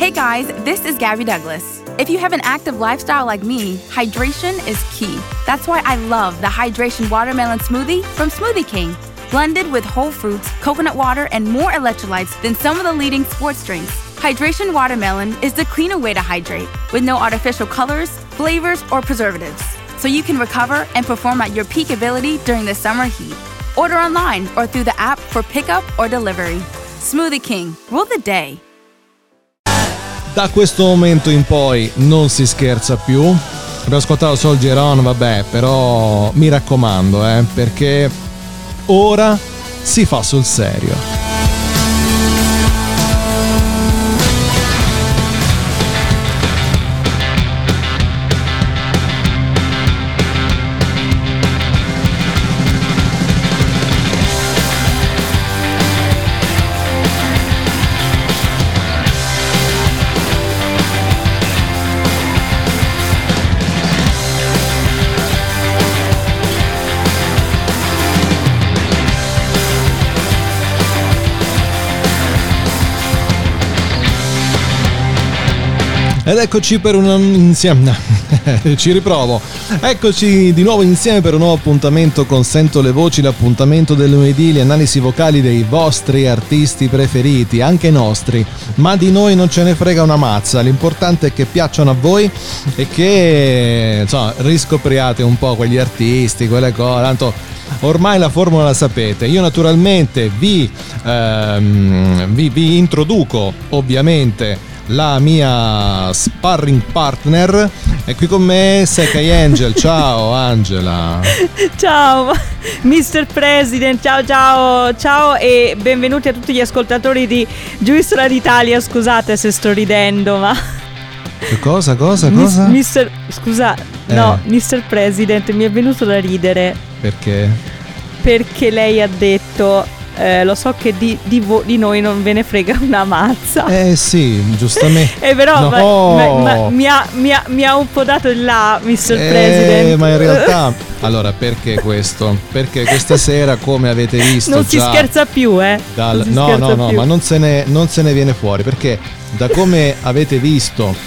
Hey guys, this is Gabby Douglas. If you have an active lifestyle like me, hydration is key. That's why I love the Hydration Watermelon Smoothie from Smoothie King. Blended with whole fruits, coconut water, and more electrolytes than some of the leading sports drinks, Hydration Watermelon is the cleaner way to hydrate, with no artificial colors, flavors, or preservatives. So you can recover and perform at your peak ability during the summer heat. Order online or through the app for pickup or delivery. Smoothie King, rule the day. Da questo momento in poi non si scherza più. Abbiamo ascoltato Soldier On, vabbè, però mi raccomando, perché ora si fa sul serio. Ed eccoci per un insieme. Ci riprovo. Eccoci di nuovo insieme per un nuovo appuntamento con Sento le Voci, l'appuntamento del lunedì, le analisi vocali dei vostri artisti preferiti, anche nostri, ma di noi non ce ne frega una mazza. L'importante è che piacciono a voi e che, insomma, riscopriate un po' quegli artisti, quelle cose. Tanto ormai la formula la sapete. Io naturalmente vi introduco ovviamente la mia sparring partner. È qui con me Sekai Angel. Ciao Angela. Ciao Mr. President, ciao e benvenuti a tutti gli ascoltatori di Giuistra d'Italia. Scusate se sto ridendo, ma Cosa? Mr. President, mi è venuto da ridere. Perché? Perché lei ha detto lo so che di noi non ve ne frega una mazza. Sì, giustamente. Però no. mi ha un po' dato il là, Mr. President. Ma in realtà, allora, perché questo? Perché questa sera, come avete visto, non si scherza più, No, ma non se ne viene fuori, perché da come avete visto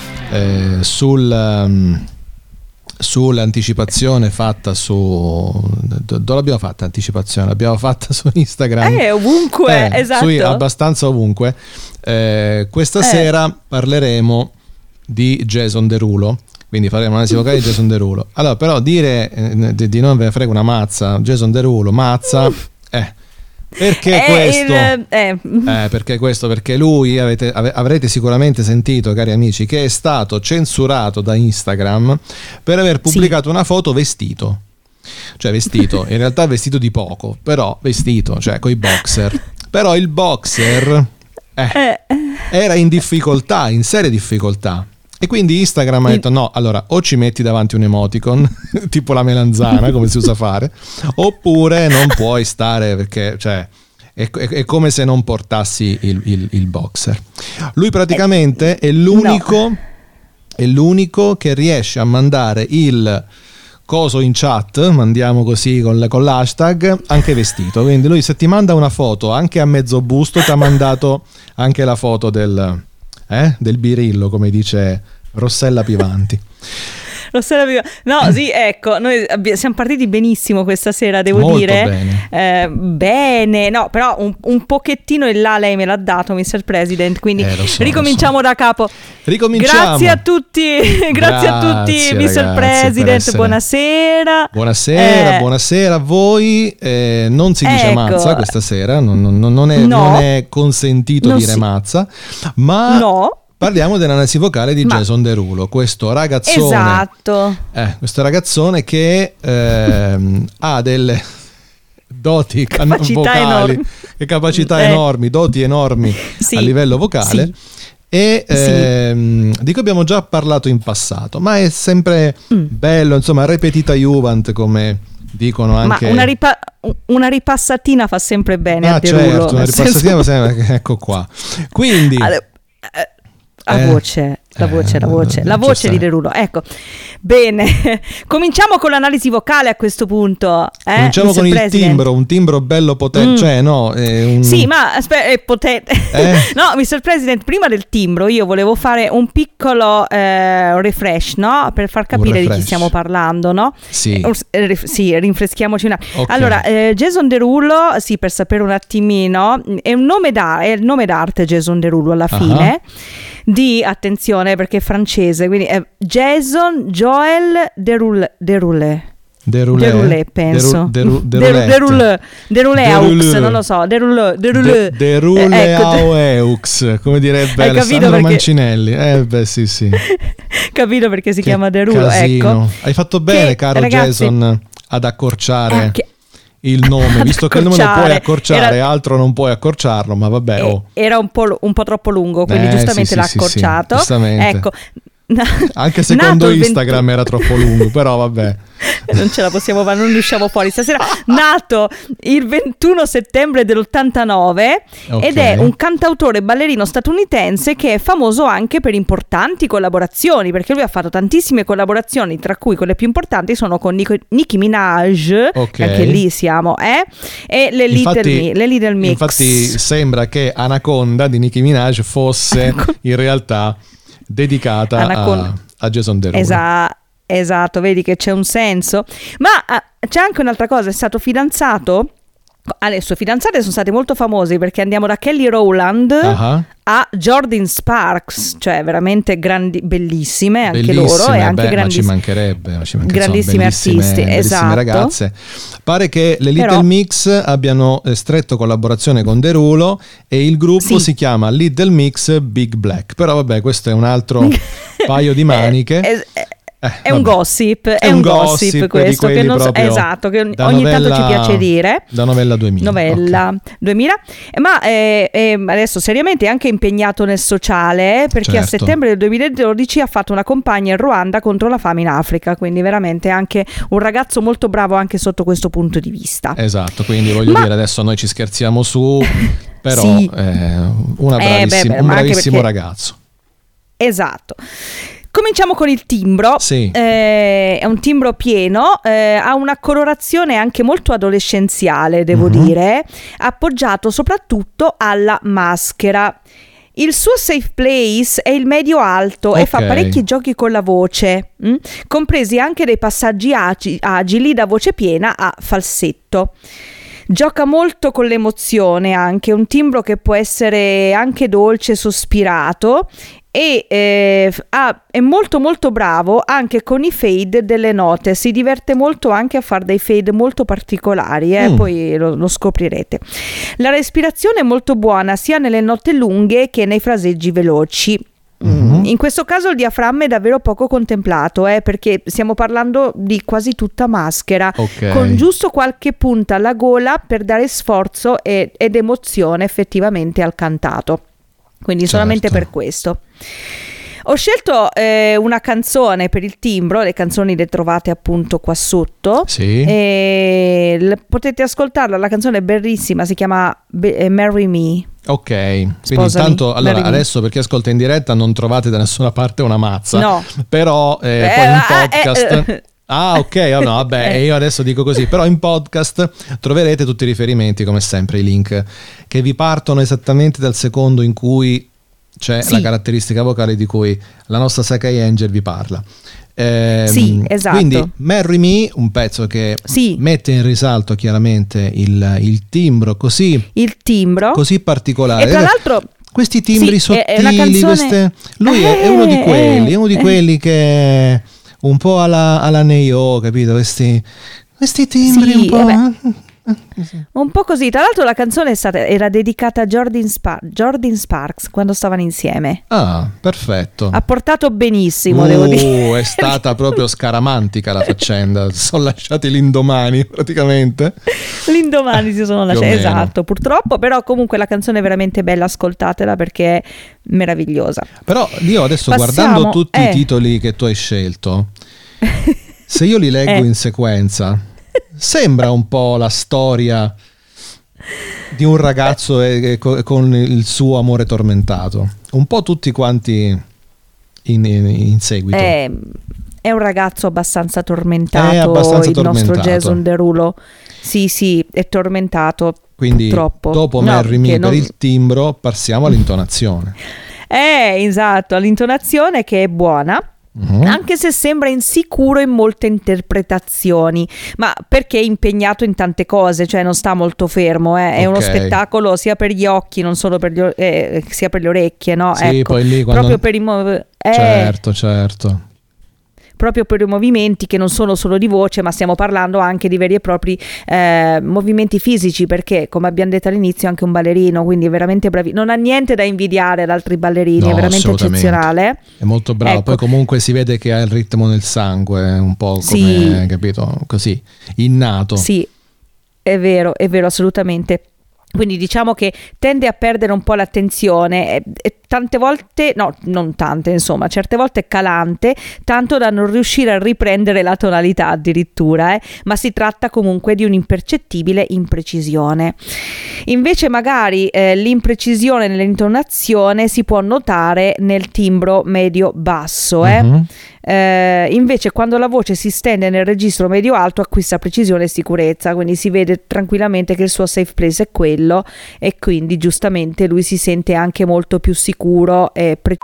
sull'anticipazione fatta dove l'abbiamo fatta l'anticipazione? L'abbiamo fatta su Instagram, ovunque, esatto, abbastanza ovunque. Questa sera parleremo di Jason Derulo, quindi faremo un'analisi vocale di Jason Derulo. Allora, però dire di non ve ne frega una mazza, Jason Derulo, mazza, perché questo? Perché questo? Perché lui, avrete sicuramente sentito, cari amici, che è stato censurato da Instagram per aver pubblicato una foto vestito. Cioè vestito, in realtà vestito di poco, però vestito, cioè coi boxer. Però il boxer era in difficoltà, in seria difficoltà. E quindi Instagram ha detto no, allora o ci metti davanti un emoticon tipo la melanzana, come si usa fare, oppure non puoi stare, perché cioè è come se non portassi il boxer. Lui praticamente è l'unico che riesce a mandare il coso in chat, mandiamo così con l'hashtag, anche vestito. Quindi lui, se ti manda una foto anche a mezzo busto, ti ha mandato anche la foto del birillo, come dice Rossella Pivanti. No, sì, ecco, noi siamo partiti benissimo questa sera, devo molto dire. Bene, no, però un pochettino in là lei me l'ha dato, Mr. President, quindi ricominciamo da capo. Grazie a tutti, Mr. Ragazzi, President, buonasera. Buonasera a voi. Non si dice mazza questa sera, non è consentito dire mazza, ma no. Parliamo dell'analisi vocale di Jason Derulo, questo ragazzone. Esatto. Questo ragazzone che ha delle doti vocali e capacità enormi, doti enormi a livello vocale. E di cui abbiamo già parlato in passato, ma è sempre bello, insomma, repetita Juvent, come dicono anche. Ma una ripassatina fa sempre bene a Derulo. Certo, una ripassatina fa sempre, ecco qua. Quindi a voce. La voce di Derulo. Ecco, bene, cominciamo con l'analisi vocale a questo punto. Cominciamo con il timbro, un timbro bello potente, cioè no? Sì, ma aspetta, potente. No, Mr. President, prima del timbro io volevo fare un piccolo refresh, no? Per far capire di chi stiamo parlando, no? Sì. Sì, rinfreschiamoci una. Okay. Allora, Jason Derulo, sì, per sapere un attimino, è il nome d'arte Jason Derulo alla fine. Di, attenzione perché è francese, quindi è Jason Joel Derulle, penso. Deruleaux, non lo so. Deruleaux, come direbbe Alessandro Mancinelli. Beh, sì. Capito perché si chiama Derulo. Ecco. Hai fatto bene, caro ragazzi, Jason, ad accorciare il nome, visto che il nome lo puoi accorciare, altro non puoi accorciarlo, ma vabbè. Era un po' troppo lungo, quindi giustamente l'ha accorciato. Sì, ecco. Anche secondo Instagram era troppo lungo, però vabbè. Non ce la possiamo fare, non usciamo fuori stasera. Nato il 21 settembre dell'89 ed è un cantautore ballerino statunitense che è famoso anche per importanti collaborazioni, perché lui ha fatto tantissime collaborazioni, tra cui quelle più importanti sono con Nicki Minaj, anche lì siamo, e le Little Mix. Infatti sembra che Anaconda di Nicki Minaj fosse in realtà dedicata a Jason Derulo. Esatto, vedi che c'è un senso. Ma c'è anche un'altra cosa, è stato fidanzato. Le sue fidanzate sono state molto famose, perché andiamo da Kelly Rowland a Jordin Sparks, cioè veramente bellissime anche loro, e anche ma ci mancherebbe grandissime artiste, bellissime ragazze. Pare che le Little Mix abbiano stretto collaborazione con Derulo e il gruppo si chiama Little Mix Big Black, però vabbè, questo è un altro paio di maniche. È un gossip, questo che non so, esatto, che ogni tanto ci piace dire. Da Novella 2000. 2000. Ma adesso seriamente è anche impegnato nel sociale, perché a settembre del 2012 ha fatto una campagna in Ruanda contro la fame in Africa, quindi veramente anche un ragazzo molto bravo anche sotto questo punto di vista. Esatto, quindi voglio dire, adesso noi ci scherziamo su, però un bravissimo ragazzo. Esatto. Cominciamo con il timbro. È un timbro pieno, ha una colorazione anche molto adolescenziale, devo dire, appoggiato soprattutto alla maschera. Il suo safe place è il medio-alto e fa parecchi giochi con la voce, compresi anche dei passaggi agili da voce piena a falsetto. Gioca molto con l'emozione, anche un timbro che può essere anche dolce, sospirato, e è molto molto bravo anche con i fade delle note, si diverte molto anche a fare dei fade molto particolari, poi lo scoprirete. La respirazione è molto buona sia nelle note lunghe che nei fraseggi veloci. In questo caso il diaframma è davvero poco contemplato, perché stiamo parlando di quasi tutta maschera, con giusto qualche punta alla gola per dare sforzo ed emozione effettivamente al cantato, quindi solamente per questo. Ho scelto una canzone per il timbro, le canzoni le trovate appunto qua sotto, potete ascoltarla, la canzone è bellissima, si chiama Marry Me. Quindi intanto adesso, per chi ascolta in diretta, non trovate da nessuna parte una mazza, però poi in podcast io adesso dico così, però in podcast troverete tutti i riferimenti, come sempre i link che vi partono esattamente dal secondo in cui c'è la caratteristica vocale di cui la nostra Sakai Angel vi parla. Esatto. Quindi Marry Me, un pezzo che mette in risalto chiaramente il timbro così particolare. E tra l'altro questi timbri sottili, lui è uno di quelli che un po' alla Neo, capito? Questi timbri un po'. Un po' così. Tra l'altro la canzone era dedicata a Jordin Sparks quando stavano insieme. Perfetto. Ha portato benissimo, devo dire. È stata proprio scaramantica la faccenda. Sono lasciati l'indomani praticamente. L'indomani si sono lasciati, esatto, purtroppo. Però comunque la canzone è veramente bella, ascoltatela perché è meravigliosa. Però io adesso guardando tutti i titoli che tu hai scelto, se io li leggo in sequenza, sembra un po' la storia di un ragazzo con il suo amore tormentato, un po' tutti quanti in seguito? È un ragazzo abbastanza tormentato, nostro Jason Derulo. Sì, è tormentato. Quindi purtroppo. Dopo Marry Me per il timbro passiamo all'intonazione. Esatto, all'intonazione che è buona. Anche se sembra insicuro in molte interpretazioni, ma perché è impegnato in tante cose, cioè non sta molto fermo, è uno spettacolo sia per gli occhi, non solo per sia per le orecchie, no? Sì, ecco, poi lì proprio per i certo. Proprio per i movimenti che non sono solo di voce, ma stiamo parlando anche di veri e propri movimenti fisici, perché come abbiamo detto all'inizio è anche un ballerino, quindi è veramente bravi, non ha niente da invidiare ad altri ballerini, è veramente eccezionale, è molto bravo, ecco. Poi comunque si vede che ha il ritmo nel sangue, un po' come, capito, così, innato. Sì, è vero assolutamente. Quindi diciamo che tende a perdere un po' l'attenzione e tante volte, no, non tante, insomma, certe volte è calante, tanto da non riuscire a riprendere la tonalità addirittura, ma si tratta comunque di un'impercettibile imprecisione. Invece magari l'imprecisione nell'intonazione si può notare nel timbro medio-basso, invece quando la voce si stende nel registro medio-alto acquista precisione e sicurezza, quindi si vede tranquillamente che il suo safe place è quello e quindi giustamente lui si sente anche molto più sicuro e preciso.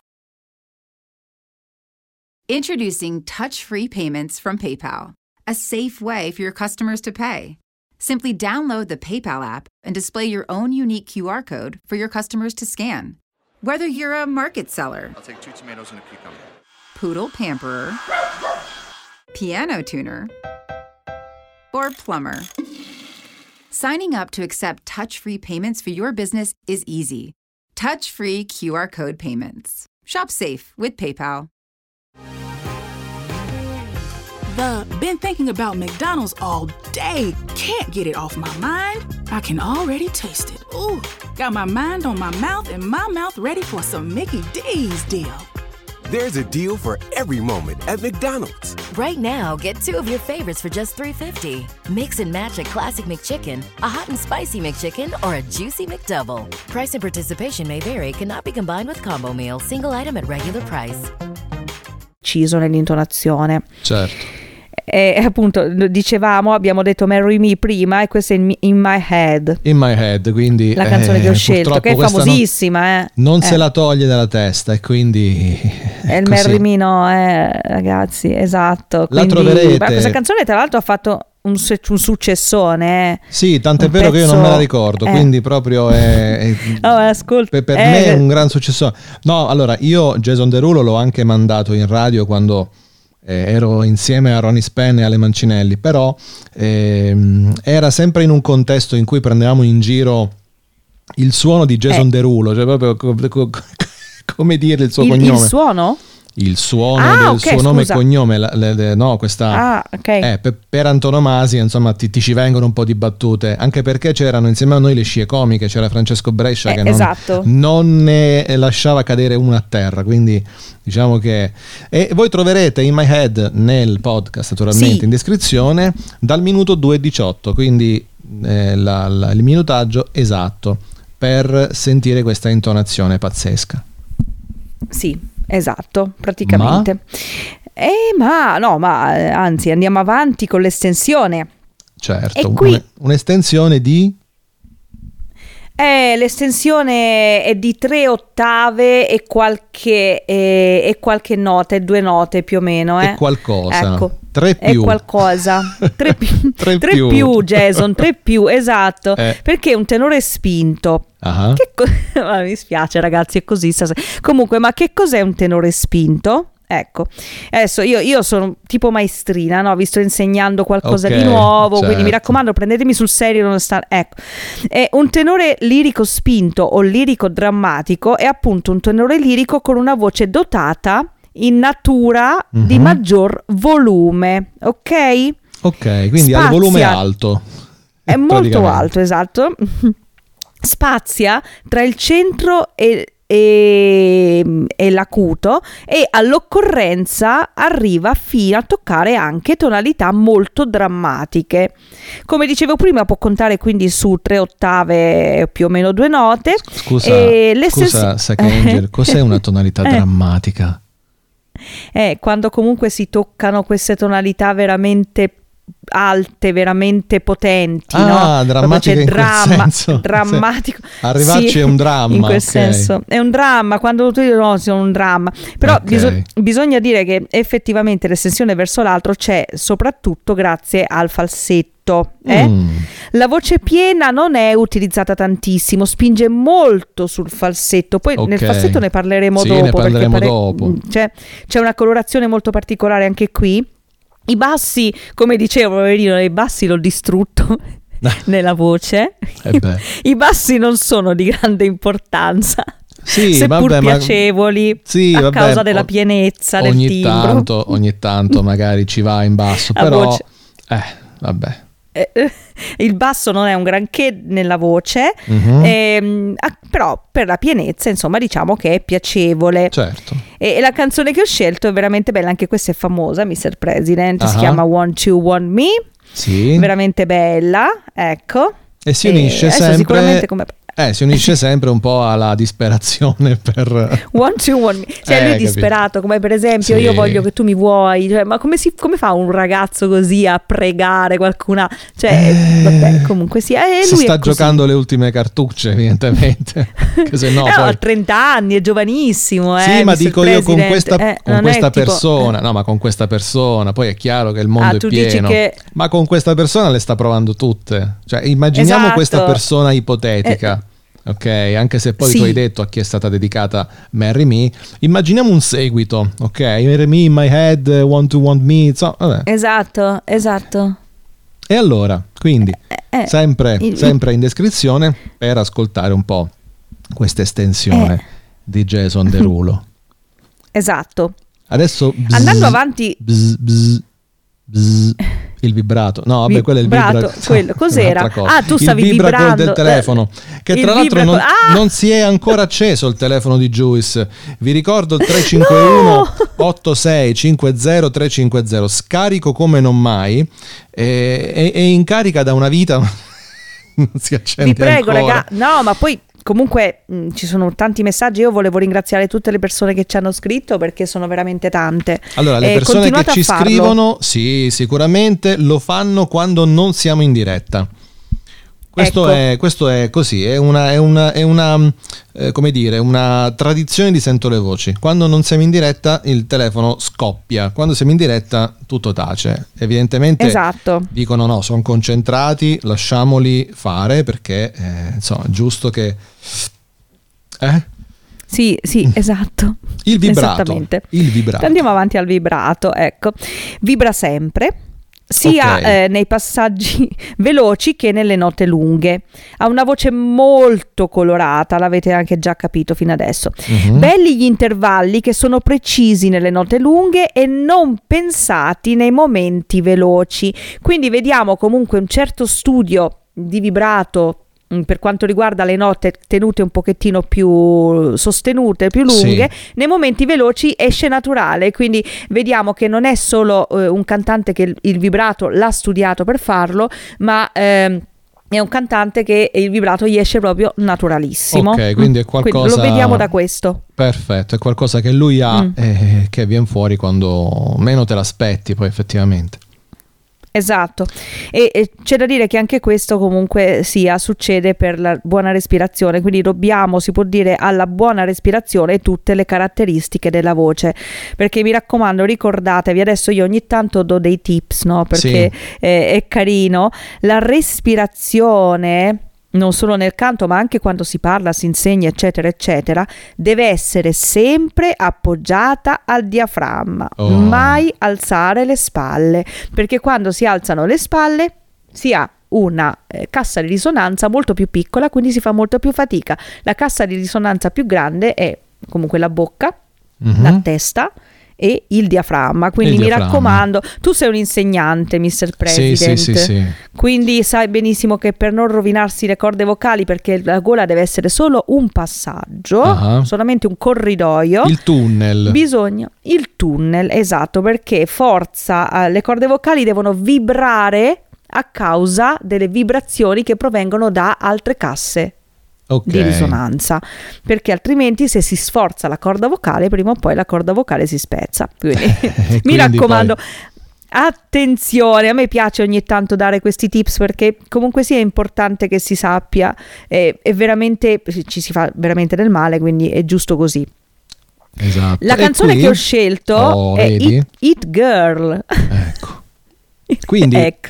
Introducing touch-free payments from PayPal, a safe way for your customers to pay. Simply download the PayPal app and display your own unique QR code for your customers to scan. Whether you're a market seller, I'll take 2 tomatoes and a cucumber. Poodle pamperer, piano tuner, or plumber, signing up to accept touch-free payments for your business is easy. Touch-free QR code payments. Shop safe with PayPal. Been thinking about McDonald's all day. Can't get it off my mind. I can already taste it. Ooh, got my mind on my mouth and my mouth ready for some Mickey D's deal. There's a deal for every moment at McDonald's. Right now, get 2 of your favorites for just $3.50. Mix and match a classic McChicken, a hot and spicy McChicken, or a juicy McDouble. Price and participation may vary. Cannot be combined with combo meal. Single item at regular price. Preciso nell'intonazione. Certo. E appunto dicevamo, abbiamo detto Marry Me prima e questa è In My Head. In My Head, quindi la canzone che ho scelto, che è famosissima. Non se la toglie dalla testa e quindi è il Marry Me, no, ragazzi, esatto. La troverete. Ma questa canzone tra l'altro ha fatto un successone. Sì, tant'è vero che io non me la ricordo, quindi proprio ascolta, per me è un gran successone. No, allora io Jason Derulo l'ho anche mandato in radio quando ero insieme a Ronnie Spen e alle Mancinelli, però era sempre in un contesto in cui prendevamo in giro il suono di Jason Derulo, cioè proprio come dire il suo cognome. Il suono? Il suono del suo nome e cognome, per antonomasia, insomma, ti ci vengono un po' di battute, anche perché c'erano insieme a noi le scie comiche, c'era Francesco Brescia che non ne lasciava cadere una a terra, quindi diciamo che voi troverete In My Head nel podcast, naturalmente in descrizione, dal minuto 2:18, quindi il minutaggio esatto per sentire questa intonazione pazzesca. Sì, esatto, praticamente. Anzi, andiamo avanti con l'estensione. Certo, e qui un'estensione di? L'estensione è di 3 ottave e qualche nota, 2 note più o meno. È qualcosa. Ecco. 3 più. È qualcosa. 3 più, Jason, 3 più, esatto. Perché è un tenore spinto. Mi spiace ragazzi, è così. Comunque, ma che cos'è un tenore spinto? Ecco, adesso io sono tipo maestrina, no? Vi sto insegnando qualcosa di nuovo, quindi mi raccomando, prendetemi sul serio. Ecco, è un tenore lirico spinto o lirico drammatico, è appunto un tenore lirico con una voce dotata in natura di maggior volume, ok? Ok, quindi ha il volume alto. È molto alto, esatto. Spazia tra il centro e l'acuto e all'occorrenza arriva fino a toccare anche tonalità molto drammatiche. Come dicevo prima, può contare quindi su 3 ottave più o meno 2 note. Scusa Sack Angel, cos'è una tonalità drammatica? Quando comunque si toccano queste tonalità veramente alte, veramente potenti, no? Drammatiche in quel senso. Drammatico. Sì. Arrivarci è un dramma. In quel senso è un dramma, quando tu dici no, sono un dramma. Però bisogna dire che effettivamente l'estensione verso l'altro c'è soprattutto grazie al falsetto. La voce piena non è utilizzata tantissimo, spinge molto sul falsetto. Poi nel falsetto ne parleremo dopo. Ne parleremo dopo. C'è una colorazione molto particolare anche qui. I bassi, come dicevo, poverino, i bassi l'ho distrutto nella voce. I bassi non sono di grande importanza, seppur piacevoli, causa della pienezza del timbro. Ogni tanto magari ci va in basso, però vabbè. Il basso non è un granché nella voce, però per la pienezza, insomma, diciamo che è piacevole. Certo. E la canzone che ho scelto è veramente bella, anche questa è famosa, Mr. President, si chiama Want You Want Me. Sì. Veramente bella, ecco. E si unisce si unisce sempre un po' alla disperazione per Want You Want Me. Lui è disperato, come per esempio io voglio che tu mi vuoi, ma come fa un ragazzo così a pregare qualcuna, vabbè, comunque sia, si sta giocando le ultime cartucce evidentemente, che se no poi... ha 30 anni, è giovanissimo, sì, ma Mr. dico President. io con questa persona, tipo... no, ma con questa persona poi è chiaro che il mondo è pieno, ma con questa persona le sta provando tutte, immaginiamo questa persona ipotetica. Ok, anche se poi tu hai detto a chi è stata dedicata Marry Me, immaginiamo un seguito, ok? Marry Me, In My Head, Want to Want Me, vabbè. Esatto. E allora, quindi, sempre in descrizione per ascoltare un po' questa estensione di Jason Derulo. Esatto. Adesso andando avanti... il vibrato, no vabbè, quello è il vibrato, cos'era? Tu stavi vibrando del telefono, che tra l'altro non si è ancora acceso il telefono di Juice. Vi ricordo il 351 8650 350, scarico come non mai, è in carica da una vita, non si accende. Vi prego, ancora. No, ma poi comunque ci sono tanti messaggi. Io volevo ringraziare tutte le persone che ci hanno scritto, perché sono veramente tante. Allora, le persone che ci scrivono, sì, sicuramente lo fanno quando non siamo in diretta. Questo è così, è una come dire, una tradizione di Sento le Voci. Quando non siamo in diretta il telefono scoppia, quando siamo in diretta tutto tace. Evidentemente dicono no, sono concentrati, lasciamoli fare, perché insomma è giusto che Sì, esatto. Il vibrato. Andiamo avanti al vibrato, ecco. Vibra sempre, sia nei passaggi veloci che nelle note lunghe. Ha una voce molto colorata, l'avete anche già capito fino adesso. Belli gli intervalli che sono precisi nelle note lunghe e non pensati nei momenti veloci. Quindi vediamo comunque un certo studio di vibrato per quanto riguarda le note tenute un pochettino più sostenute, più lunghe. Nei momenti veloci esce naturale, quindi vediamo che non è solo un cantante che il vibrato l'ha studiato per farlo, ma è un cantante che il vibrato gli esce proprio naturalissimo. Ok, quindi è qualcosa, quindi lo vediamo da questo. Perfetto, è qualcosa che lui ha e che viene fuori quando meno te l'aspetti, poi effettivamente. Esatto, e c'è da dire che anche questo comunque succede per la buona respirazione, quindi dobbiamo, si può dire, alla buona respirazione tutte le caratteristiche della voce, perché mi raccomando, ricordatevi, adesso io ogni tanto do dei tips, no? Perché è carino, la respirazione, non solo nel canto ma anche quando si parla, si insegna, eccetera eccetera, deve essere sempre appoggiata al diaframma, mai alzare le spalle, perché quando si alzano le spalle si ha una cassa di risonanza molto più piccola, quindi si fa molto più fatica. La cassa di risonanza più grande è comunque la bocca, la testa e il diaframma, quindi mi raccomando, tu sei un insegnante, Mr. President, sì. Quindi sai benissimo che per non rovinarsi le corde vocali, perché la gola deve essere solo un passaggio, solamente un corridoio, il tunnel, esatto, perché le corde vocali devono vibrare a causa delle vibrazioni che provengono da altre casse di risonanza, perché altrimenti se si sforza la corda vocale prima o poi la corda vocale si spezza. Quindi mi raccomando, attenzione, a me piace ogni tanto dare questi tips perché comunque sia è importante che si sappia, è veramente, ci si fa veramente del male, quindi è giusto così. Esatto. La canzone che ho scelto è It Girl. Ecco. Quindi ecco.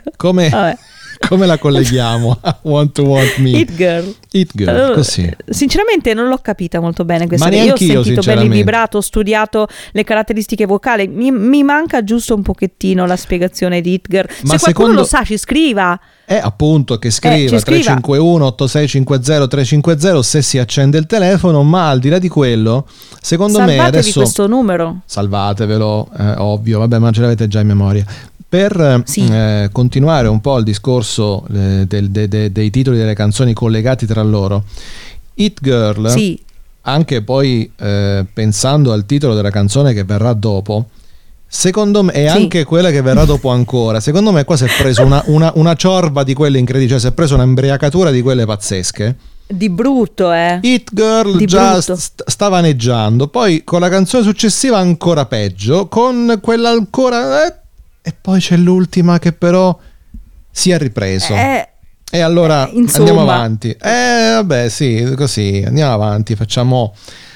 Come la colleghiamo a Want to Want Me? It Girl. Così. Sinceramente non l'ho capita molto bene questa. Ma io ho sentito bene il sinceramente. vibrato, ho studiato le caratteristiche vocali, mi manca giusto un pochettino la spiegazione di It Girl. Ma se qualcuno lo sa ci scriva. Appunto che scriva 351 8650 350 se si accende il telefono, ma al di là di quello, secondo me adesso questo numero. Salvatevelo, ovvio, vabbè, ma ce l'avete già in memoria. Per continuare un po' il discorso dei titoli delle canzoni collegati tra loro, It Girl, anche poi pensando al titolo della canzone che verrà dopo, secondo me, e anche quella che verrà dopo ancora, secondo me qua si è preso una ciorba di quelle incredibili, cioè si è preso un'imbriacatura di quelle pazzesche. Di brutto, It Girl di già sta vaneggiando, poi con la canzone successiva ancora peggio, con quella ancora... E poi c'è l'ultima che però si è ripreso. E allora andiamo avanti. Vabbè, sì, così andiamo avanti. Facciamo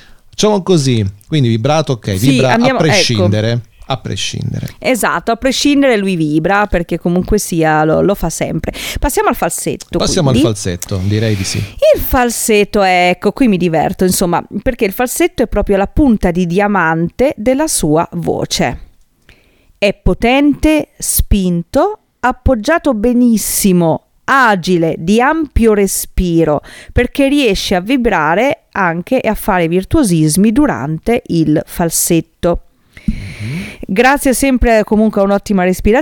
così. Quindi vibrato, ok, vibra a prescindere. Ecco. A prescindere. Esatto, a prescindere lui vibra perché comunque sia lo fa sempre. Passiamo al falsetto. Al falsetto, direi di sì. Il falsetto, ecco, qui mi diverto, insomma, perché il falsetto è proprio la punta di diamante della sua voce. È potente, spinto, appoggiato benissimo, agile, di ampio respiro, perché riesce a vibrare anche e a fare virtuosismi durante il falsetto. Grazie sempre comunque a un'ottima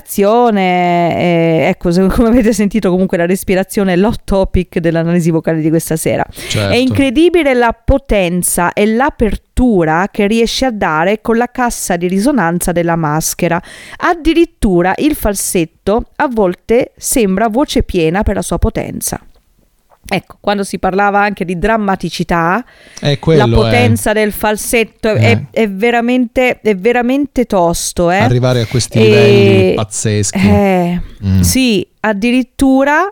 respirazione, ecco, come avete sentito comunque la respirazione è l'hot topic dell'analisi vocale di questa sera. Certo. È incredibile la potenza e l'apertura che riesce a dare con la cassa di risonanza della maschera. Addirittura il falsetto a volte sembra voce piena per la sua potenza. Ecco, quando si parlava anche di drammaticità, la potenza del falsetto è veramente tosto. Arrivare a questi livelli pazzeschi. Sì, addirittura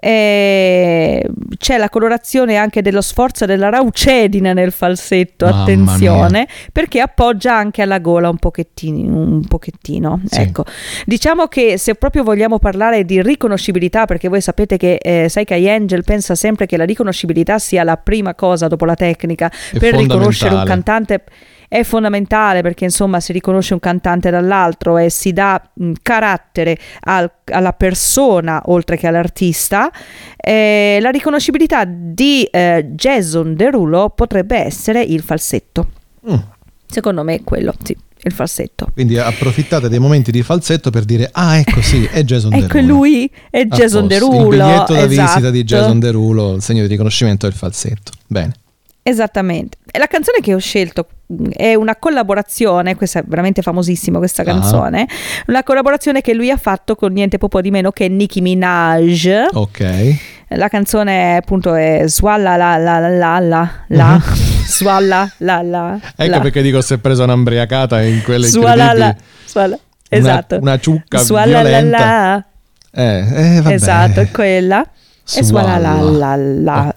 c'è la colorazione anche dello sforzo della raucedine nel falsetto, mamma attenzione mia. Perché appoggia anche alla gola un pochettino. Sì. Ecco, diciamo che se proprio vogliamo parlare di riconoscibilità, perché voi sapete che Psyche Angel pensa sempre che la riconoscibilità sia la prima cosa dopo la tecnica per riconoscere un cantante. È fondamentale perché insomma si riconosce un cantante dall'altro e si dà carattere alla persona oltre che all'artista. La riconoscibilità di Jason Derulo potrebbe essere il falsetto. Secondo me è quello, sì, il falsetto. Quindi approfittate dei momenti di falsetto per dire ecco sì, è Jason Derulo. Ecco lui, è Jason Derulo. Il biglietto da visita di Jason Derulo, il segno di riconoscimento del falsetto. Bene. Esattamente. E la canzone che ho scelto è una collaborazione, questa è veramente famosissima questa canzone, una collaborazione che lui ha fatto con niente poco di meno che Nicki Minaj. Ok. La canzone appunto è Swalla la Swalla la. Ecco perché dico si è presa un'ambriacata in quelle Swalla. Esatto. Una ciucca Swalla violenta. Vabbè. Esatto, è quella. E Swalla.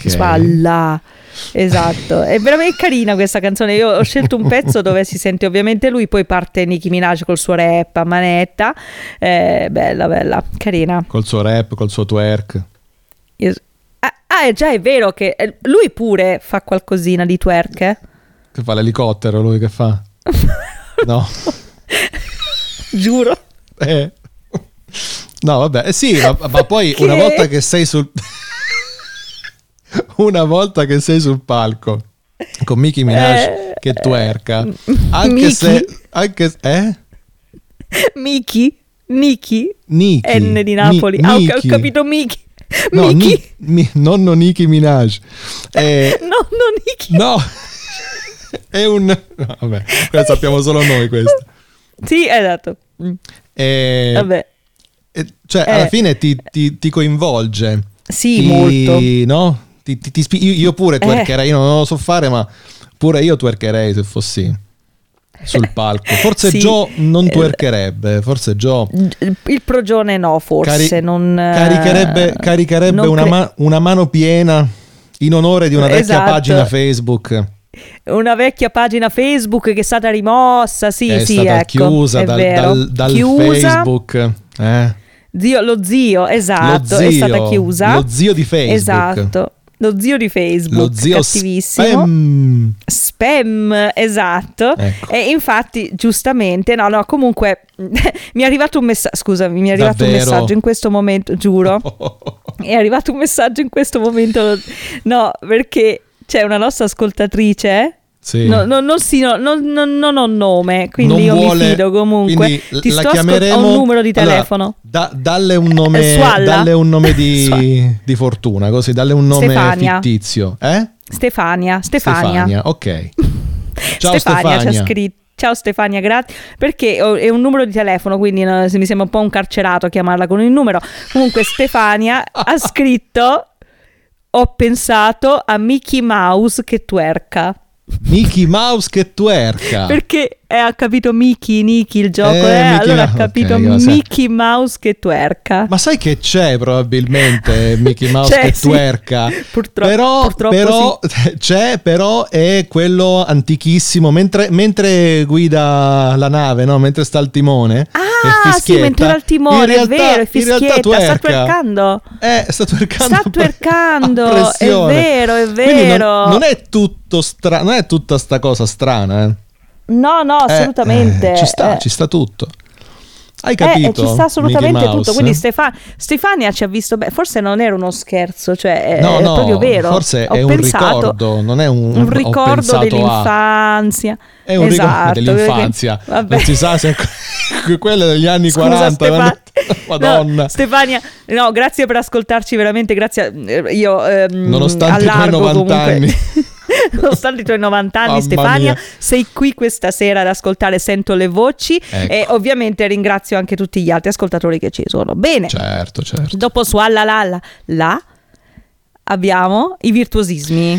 Esatto, è veramente carina questa canzone. Io ho scelto un pezzo dove si sente ovviamente lui, poi parte Nicki Minaj col suo rap a manetta, bella, carina. Col suo rap, col suo twerk. Già è vero che lui pure fa qualcosina di twerk. Che fa l'elicottero lui che fa? No. Giuro. No vabbè, sì, ma poi una volta che sei sul... Una volta che sei sul palco con Nicki Minaj che twerka, anche se Nicki N di Napoli. Ho capito Miki. No, nonno Nicki Minaj. Nonno Nicki. No. È un vabbè, questo sappiamo solo noi questo. Sì, esatto. Vabbè. Cioè alla fine ti coinvolge. Sì, molto. No? io pure twerkerei, io non lo so fare, ma pure io twerkerei se fossi sul palco. Forse sì. Joe non twerkerebbe, forse Joe il progione no, forse non caricherebbe non una mano piena in onore di una vecchia pagina Facebook. Una vecchia pagina Facebook che è stata rimossa, è stata chiusa dal Facebook. Lo zio, esatto, è stata chiusa. Lo zio di Facebook. Esatto. Lo zio di Facebook, lo zio cattivissimo. Spam, esatto. Ecco. E infatti, giustamente, comunque mi è arrivato un messaggio. Scusami, mi è arrivato un messaggio in questo momento, giuro. È arrivato un messaggio in questo momento. No, perché c'è una nostra ascoltatrice. Sì. Non ho nome, quindi io mi fido comunque. Ti sto ho un numero di telefono. Dalle un nome di fortuna, così dalle un nome fittizio. Stefania, ok. Ciao Stefania ci ha scritto. Ciao Stefania, grazie. Perché è un numero di telefono, quindi mi sembra un po' un carcerato chiamarla con il numero. Comunque Stefania ha scritto: ho pensato a Mickey Mouse che twerka. Mickey Mouse che twerka, perché ha capito Nicky il gioco, allora ha capito Mickey Mouse che twerka. Ma sai che c'è probabilmente Mickey Mouse che twerka? Purtroppo sì. C'è, però è quello antichissimo, mentre guida la nave, no? Mentre sta al timone. Sì, mentre era al timone, è vero, è fischietta, sta twerkando. Sta twerkando, è vero. Non è tutto strano, non è tutta sta cosa strana, No, assolutamente. Ci sta tutto. Hai capito? Ci sta assolutamente tutto. Quindi Stefania ci ha visto forse non era uno scherzo, cioè no, è proprio vero. Forse è un ricordo, non è un ricordo dell'infanzia. È un ricordo dell'infanzia. Non si sa se quelle degli anni 40. Madonna. No, Stefania, grazie per ascoltarci, veramente grazie. Io nonostante i tuoi 90 anni. Nonostante i tuoi 90 anni, Stefania, sei qui questa sera ad ascoltare Sento le voci, e ovviamente ringrazio anche tutti gli altri ascoltatori che ci sono. Bene, certo. Dopo su là abbiamo i virtuosismi.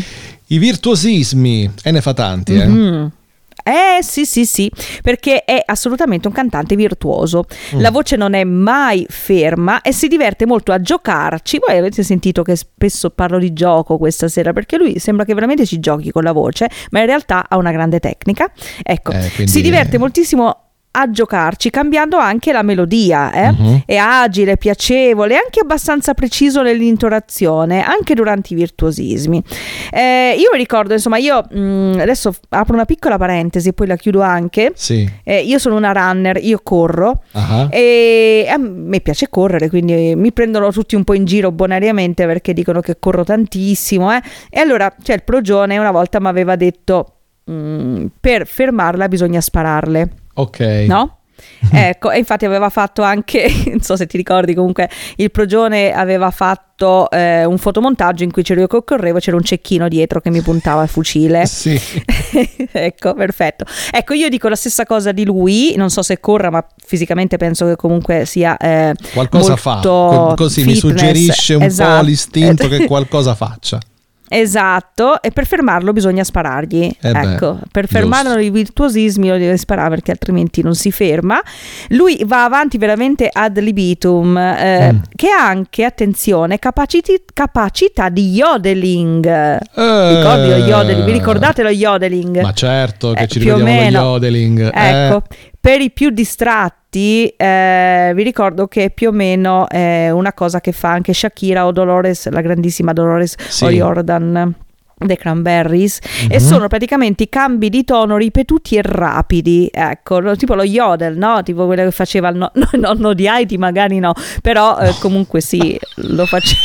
E ne fa tanti, Sì, perché è assolutamente un cantante virtuoso. La voce non è mai ferma e si diverte molto a giocarci. Voi avete sentito che spesso parlo di gioco questa sera, perché lui sembra che veramente ci giochi con la voce, ma in realtà ha una grande tecnica. Ecco, si diverte moltissimo a giocarci, cambiando anche la melodia. È agile, piacevole, anche abbastanza preciso nell'intonazione, anche durante i virtuosismi. Io mi ricordo, insomma, io adesso apro una piccola parentesi e poi la chiudo anche. Sì. Io sono una runner, io corro, e a me piace correre, quindi mi prendono tutti un po' in giro bonariamente perché dicono che corro tantissimo, e allora il progione una volta mi aveva detto per fermarla bisogna spararle. Ok. No? Ecco, e infatti aveva fatto anche, non so se ti ricordi, comunque il progione aveva fatto un fotomontaggio in cui io correvo, c'era un cecchino dietro che mi puntava il fucile. Sì. Ecco, perfetto. Ecco, io dico la stessa cosa di lui, non so se corra, ma fisicamente penso che comunque sia qualcosa fa, così fitness, mi suggerisce un po' l'istinto che qualcosa faccia. Esatto, e per fermarlo bisogna sparargli. Per fermarlo i virtuosismi lo deve sparare, perché altrimenti non si ferma. Lui va avanti veramente ad libitum, che ha anche, attenzione, capacità di yodeling. Ricordi lo yodeling? Vi ricordate lo yodeling? Ma certo che ci ricordiamo lo yodeling. Ecco, per i più distratti vi ricordo che più o meno è una cosa che fa anche Shakira o Dolores, la grandissima Dolores O'Riordan dei Cranberries, e sono praticamente i cambi di tono ripetuti e rapidi, ecco, tipo lo yodel, no? Tipo quello che faceva il nonno di Heidi, magari no, però comunque sì, lo faceva.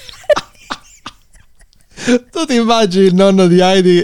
Tu ti immagini il nonno di Heidi?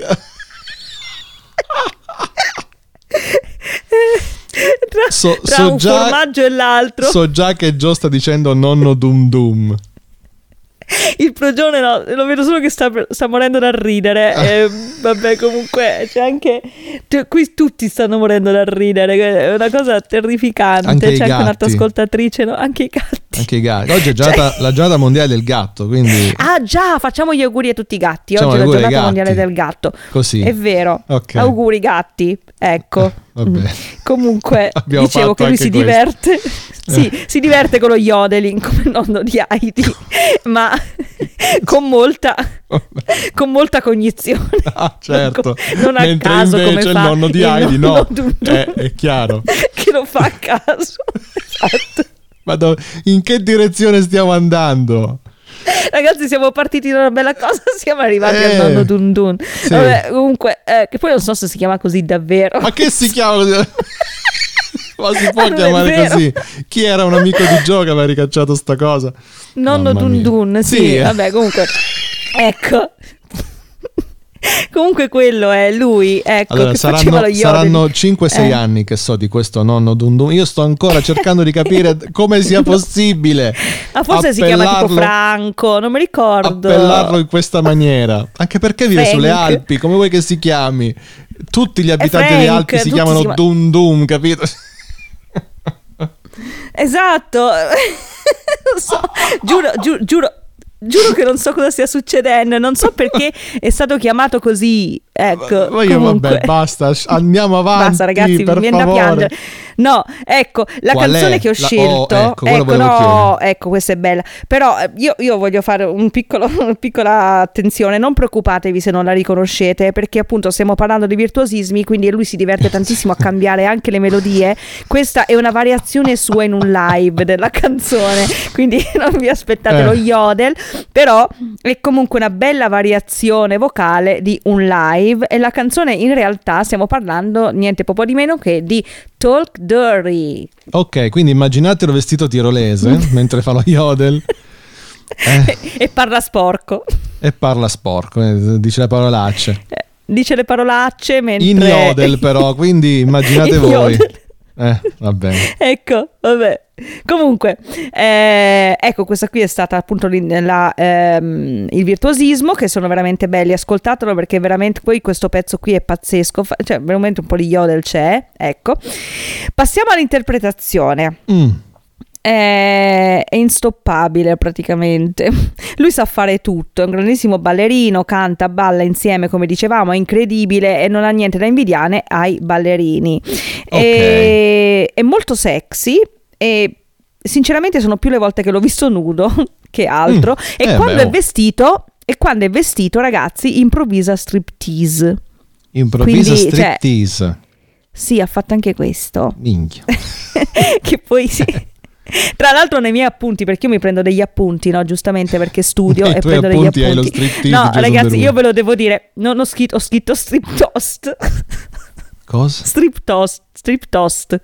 Tra un formaggio e l'altro. So già che Gio sta dicendo nonno Dum Dum. Il progione no, lo vedo solo che sta morendo da ridere. Vabbè, comunque c'è anche qui tutti stanno morendo da ridere, è una cosa terrificante. Anche c'è anche un'altra gatti. ascoltatrice, no? Anche i gatti. Anche i gatti. Oggi è la giornata mondiale del gatto, quindi Ah già, facciamo gli auguri a tutti i gatti. Facciamo Oggi è la gli auguri giornata ai mondiale gatti. del gatto. Così. È vero. Ok. Auguri gatti. Ecco. Vabbè. Comunque Abbiamo dicevo fatto che lui anche si questo. diverte. Sì, si diverte con lo yodeling come il nonno di Heidi, ma con molta cognizione. Ah, certo. Non a Mentre caso come invece il fa nonno di il Heidi nonno no. Dun Dun, È chiaro. che lo fa a caso. Esatto. Ma in che direzione stiamo andando? Ragazzi, siamo partiti da una bella cosa, siamo arrivati al nonno Dun Dun. Sì. Vabbè, comunque, che poi non so se si chiama così davvero. Ma che si chiama così? Ma si può Non è chiamare vero. così? Chi era un amico di Gio che aveva ricacciato sta cosa? Nonno Mamma Dun mia. Dun, sì, vabbè, comunque, ecco. Comunque quello è lui, ecco, Allora, che faceva lo saranno yodeling. 5-6 anni che so di questo nonno Dun Dun. Io sto ancora cercando di capire come sia possibile. Ma forse si chiama tipo appellarlo- Franco, non mi ricordo. Appellarlo in questa maniera. Anche perché vive Frank. sulle Alpi, come vuoi che si chiami? Tutti gli abitanti Frank, delle Alpi si tutti chiamano si chiama- Dun Dun, capito? Esatto. Non so, giuro che non so cosa stia succedendo, non so perché è stato chiamato così. Ecco, Ma io comunque. vabbè, basta, andiamo avanti. Basta ragazzi, per mi viene da favore. piangere. No, ecco, la Qual canzone è? che ho La- scelto, oh, ecco, quello ecco, volevo no, chiedere. ecco, questa è bella. Però io voglio fare una piccola attenzione, non preoccupatevi se non la riconoscete, perché appunto stiamo parlando di virtuosismi, quindi lui si diverte tantissimo a cambiare anche le melodie. Questa è una variazione sua in un live della canzone, quindi non vi aspettate lo yodel, però è comunque una bella variazione vocale di un live, e la canzone in realtà stiamo parlando niente poco di meno che di Talk Dirty. Ok, quindi immaginatelo vestito tirolese mentre fa lo yodel E parla sporco. e parla sporco, dice le parolacce. Dice le parolacce mentre... In yodel però, quindi immaginate In voi. yodel. Va bene. Ecco, vabbè. Comunque, ecco, questa qui è stata appunto il virtuosismo, che sono veramente belli. Ascoltatelo perché veramente poi questo pezzo qui è pazzesco. Cioè, veramente un po' di yodel c'è. Ecco. Passiamo all'interpretazione. È instoppabile praticamente. Lui sa fare tutto, è un grandissimo ballerino, canta, balla insieme come dicevamo, è incredibile e non ha niente da invidiare ai ballerini. È molto sexy e sinceramente sono più le volte che l'ho visto nudo che altro. E quando è vestito, ragazzi, improvvisa striptease. Improvvisa Quindi, striptease. Sì, ha fatto anche questo. Minchia. Che poi sì. Tra l'altro nei miei appunti, perché io mi prendo degli appunti, no? Giustamente perché studio Nei e tuoi prendo degli appunti hai lo appunti. striptease No, di Jason ragazzi, Derulo. io ve lo devo dire, non ho scritto strip toast. Cosa? Strip toast. Strip toast?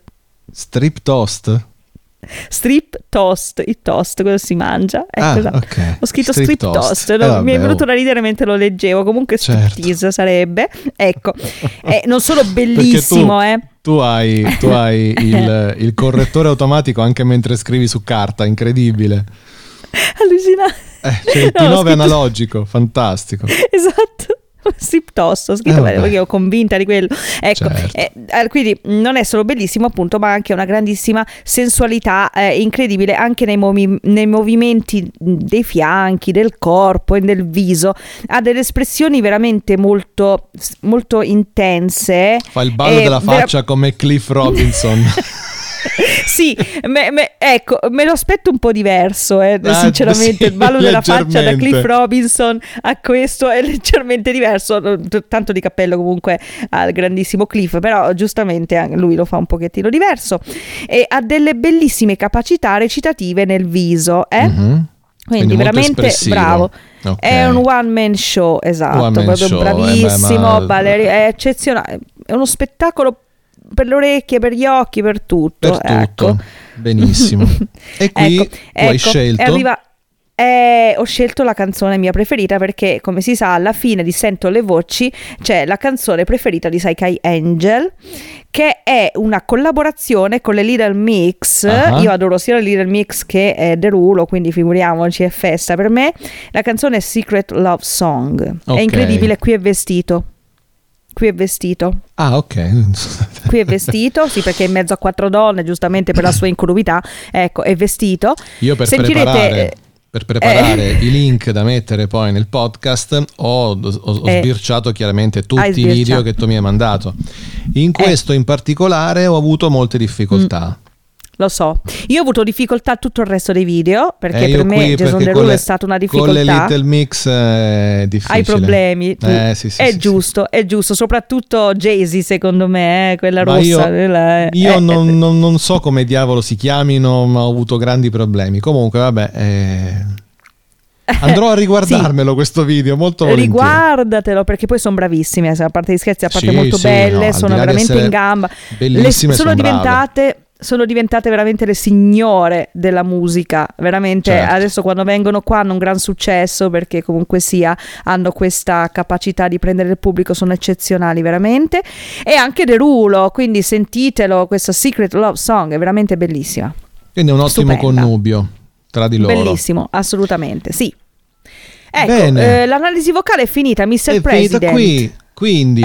Strip toast, il toast, quello si mangia. Ecco, esatto. Ok. Ho scritto strip toast. No, mi è venuto da ridere mentre lo leggevo. Comunque striptease sarebbe. Ecco. Non solo bellissimo, Tu hai il correttore automatico anche mentre scrivi su carta, incredibile. Allucinante. C'è il T9 analogico, fantastico. Esatto. Strip toast, ho scritto perché ero convinta di quello. Ecco, certo. Quindi non è solo bellissimo appunto, ma anche una grandissima sensualità incredibile anche nei movimenti dei fianchi, del corpo e del viso. Ha delle espressioni veramente molto, molto intense. Fa il ballo della faccia come Cliff Robinson. Sì, ecco, me lo aspetto un po' diverso, sinceramente. Sì, il ballo della faccia da Cliff leggermente. Robinson a questo è leggermente diverso. Tanto di cappello comunque al grandissimo Cliff, però giustamente lui lo fa un pochettino diverso e ha delle bellissime capacità recitative nel viso, Quindi veramente espressivo. Bravo. Okay. È un one man show, esatto, One man proprio show, bravissimo, è eccezionale, è uno spettacolo per le orecchie, per gli occhi, per tutto. Per tutto. Ecco. Benissimo. E qui tu hai scelto. ho scelto la canzone mia preferita perché, come si sa, alla fine di Sento le voci c'è la canzone preferita di Psyche Angel, che è una collaborazione con le Little Mix. Io adoro sia le Little Mix che Derulo, quindi figuriamoci, è festa per me. La canzone è Secret Love Song. È incredibile, qui è vestito. Ah, ok. Qui è vestito, sì, perché è in mezzo a 4 donne, giustamente per la sua incolumità. Ecco, è vestito. Io per preparare i link da mettere poi nel podcast ho sbirciato chiaramente tutti i video che tu mi hai mandato. In questo in particolare ho avuto molte difficoltà. Lo so, io ho avuto difficoltà a tutto il resto dei video perché per me Jason Derulo è stata una difficoltà. Con le Little Mix è difficile. Hai problemi. Sì, è giusto, soprattutto Jay-Z secondo me, quella ma rossa. Io non so come diavolo si chiamino, ma ho avuto grandi problemi. Comunque vabbè, andrò a riguardarmelo questo video molto volentieri. Riguardatelo perché poi sono bravissime, a parte gli scherzi, a parte molto belle, sono veramente in gamba. Bellissime, sono diventate veramente le signore della musica, veramente. Certo. Adesso quando vengono qua hanno un gran successo perché comunque sia hanno questa capacità di prendere il pubblico, sono eccezionali veramente. E anche Derulo, quindi sentitelo, questa Secret Love Song è veramente bellissima, quindi è un ottimo connubio tra di loro. Bellissimo, assolutamente, sì. Ecco, l'analisi vocale è finita, Mr. President. Finita qui, quindi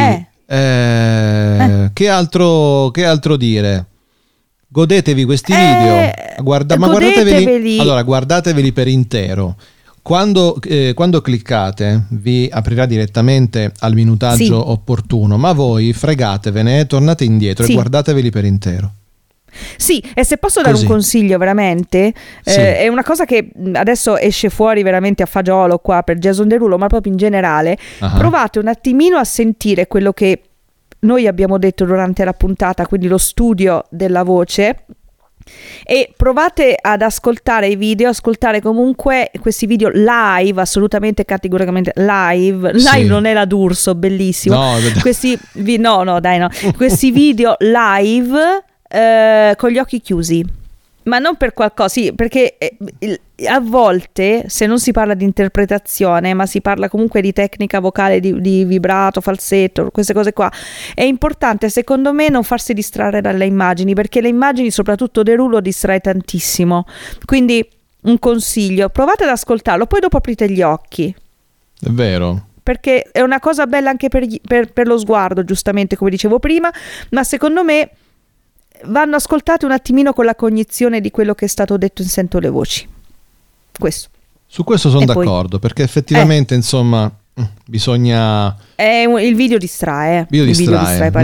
che altro dire? Godetevi questi video, guardateveli per intero. Quando cliccate vi aprirà direttamente al minutaggio opportuno, ma voi fregatevene, tornate indietro e guardateveli per intero. Sì, e se posso dare un consiglio veramente, è una cosa che adesso esce fuori veramente a fagiolo qua per Jason Derulo, ma proprio in generale, provate un attimino a sentire quello che noi abbiamo detto durante la puntata, quindi lo studio della voce, e provate ad ascoltare i video, ascoltare comunque questi video live, assolutamente categoricamente live non è la D'Urso, bellissimo, questi questi video live con gli occhi chiusi. Ma non per qualcosa, perché a volte, se non si parla di interpretazione, ma si parla comunque di tecnica vocale, di vibrato, falsetto, queste cose qua, è importante secondo me non farsi distrarre dalle immagini, perché le immagini, soprattutto Derulo, distrae tantissimo. Quindi un consiglio, provate ad ascoltarlo, poi dopo aprite gli occhi. È vero. Perché è una cosa bella anche per lo sguardo, giustamente, come dicevo prima, ma secondo me vanno ascoltate un attimino con la cognizione di quello che è stato detto in Sento le voci. Questo. Su questo sono d'accordo, perché effettivamente insomma bisogna... il video distrae. Video distrae.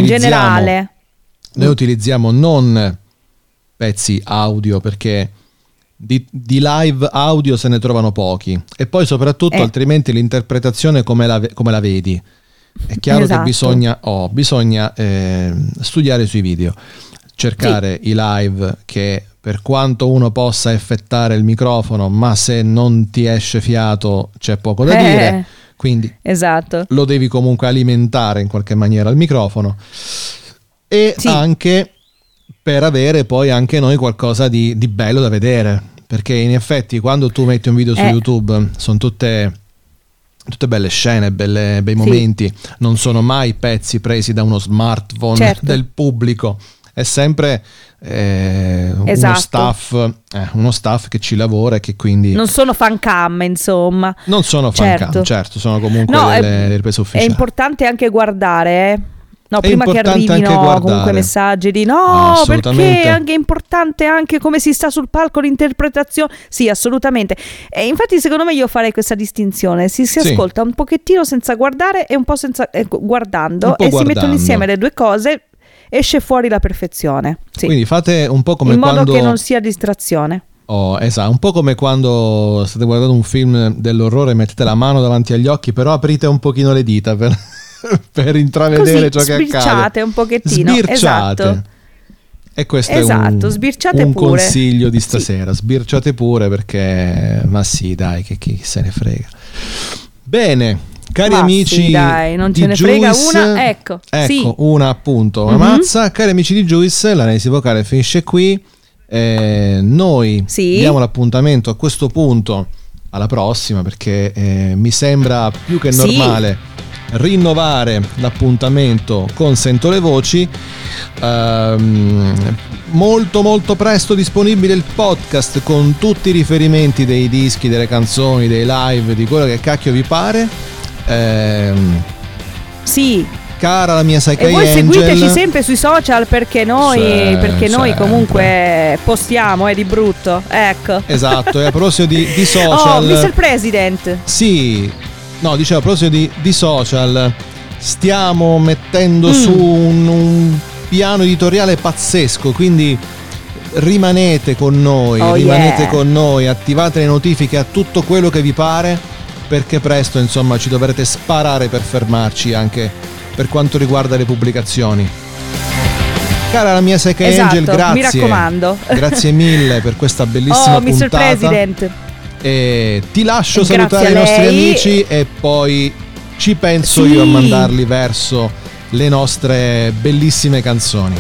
Noi utilizziamo non pezzi audio, perché di live audio se ne trovano pochi, e poi soprattutto altrimenti l'interpretazione come la vedi. È chiaro che bisogna studiare sui video, cercare i live che, per quanto uno possa effettare il microfono, ma se non ti esce fiato c'è poco da dire, quindi lo devi comunque alimentare in qualche maniera il microfono, e anche per avere poi anche noi qualcosa di bello da vedere, perché in effetti quando tu metti un video su YouTube sono tutte belle scene, bei momenti, non sono mai pezzi presi da uno smartphone del pubblico, è sempre uno staff che ci lavora e che quindi... Non sono fan cam, insomma. Non sono fan cam, certo, sono comunque delle riprese ufficiali. È importante anche guardare, prima che arrivino comunque messaggi di perché è anche importante anche come si sta sul palco, l'interpretazione. Sì, assolutamente. E infatti secondo me io farei questa distinzione, si ascolta un pochettino senza guardare e un po' senza guardando, si mettono insieme le due cose, esce fuori la perfezione. Quindi fate un po' come in modo che non sia distrazione. Esatto, un po' come quando state guardando un film dell'orrore, mettete la mano davanti agli occhi, però aprite un pochino le dita per intravedere ciò che accade. Sbirciate un pochettino. Esatto. E questo è un pure. Consiglio di stasera. Sbirciate pure, perché ma sì, dai, che chi se ne frega. Bene, cari amici, dai, non ce ne frega una. Ecco una appunto, una mazza. Cari amici di Juice, l'analisi vocale finisce qui. Noi diamo l'appuntamento a questo punto alla prossima, perché mi sembra più che normale rinnovare l'appuntamento con Sento le Voci. Molto molto presto disponibile il podcast con tutti i riferimenti dei dischi, delle canzoni, dei live, di quello che cacchio vi pare. Sì. Cara la mia Psyche Angel, e voi seguiteci sempre sui social, perché noi noi comunque postiamo di brutto, ecco. Esatto. E a proposito di social, Mr. President, sì, no, dicevo, a proposito di social, stiamo mettendo su un piano editoriale pazzesco, quindi rimanete con noi, con noi, attivate le notifiche a tutto quello che vi pare, perché presto insomma ci dovrete sparare per fermarci anche per quanto riguarda le pubblicazioni. Cara la mia Psyche Angel, grazie, mi raccomando. Grazie mille per questa bellissima puntata. Mr. President. E ti lascio salutare i nostri amici e poi ci penso io a mandarli verso le nostre bellissime canzoni.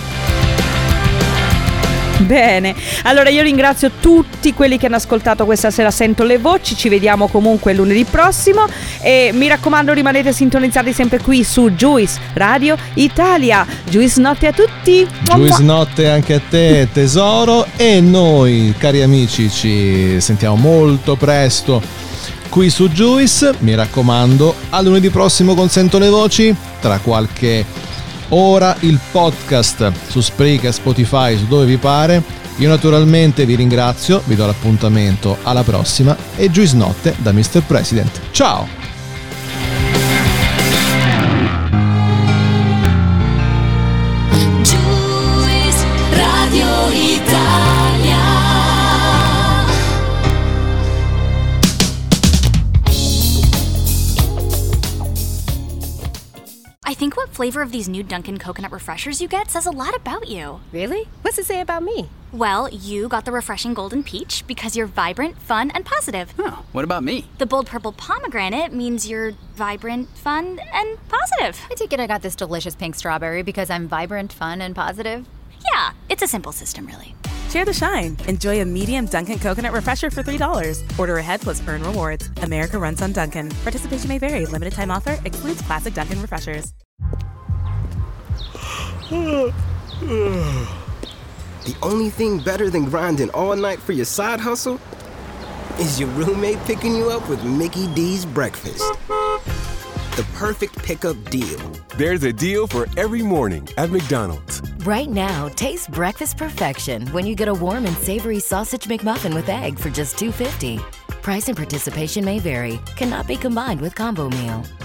Bene, allora io ringrazio tutti quelli che hanno ascoltato questa sera Sento le Voci, ci vediamo comunque lunedì prossimo e mi raccomando rimanete sintonizzati sempre qui su Juice Radio Italia. Juice notte a tutti. Juice notte anche a te tesoro, e noi cari amici ci sentiamo molto presto qui su Juice. Mi raccomando, a lunedì prossimo con Sento le Voci, tra qualche ora il podcast su Spreaker, Spotify, su dove vi pare. Io naturalmente vi ringrazio, vi do l'appuntamento alla prossima e Juice notte da Mr. President. Ciao! Juice Radio Italia. I think what flavor of these new Dunkin' Coconut Refreshers you get says a lot about you. Really? What's it say about me? Well, you got the refreshing golden peach because you're vibrant, fun, and positive. Oh, what about me? The bold purple pomegranate means you're vibrant, fun, and positive. I take it I got this delicious pink strawberry because I'm vibrant, fun, and positive. Yeah, it's a simple system, really. Share the shine. Enjoy a medium Dunkin' Coconut Refresher for $3. Order ahead plus earn rewards. America runs on Dunkin'. Participation may vary. Limited time offer. Excludes classic Dunkin' Refreshers. The only thing better than grinding all night for your side hustle is your roommate picking you up with Mickey D's breakfast. The perfect pickup deal. There's a deal for every morning at McDonald's. Right now, taste breakfast perfection when you get a warm and savory sausage McMuffin with egg for just $2.50. Price and participation may vary. Cannot be combined with combo meal.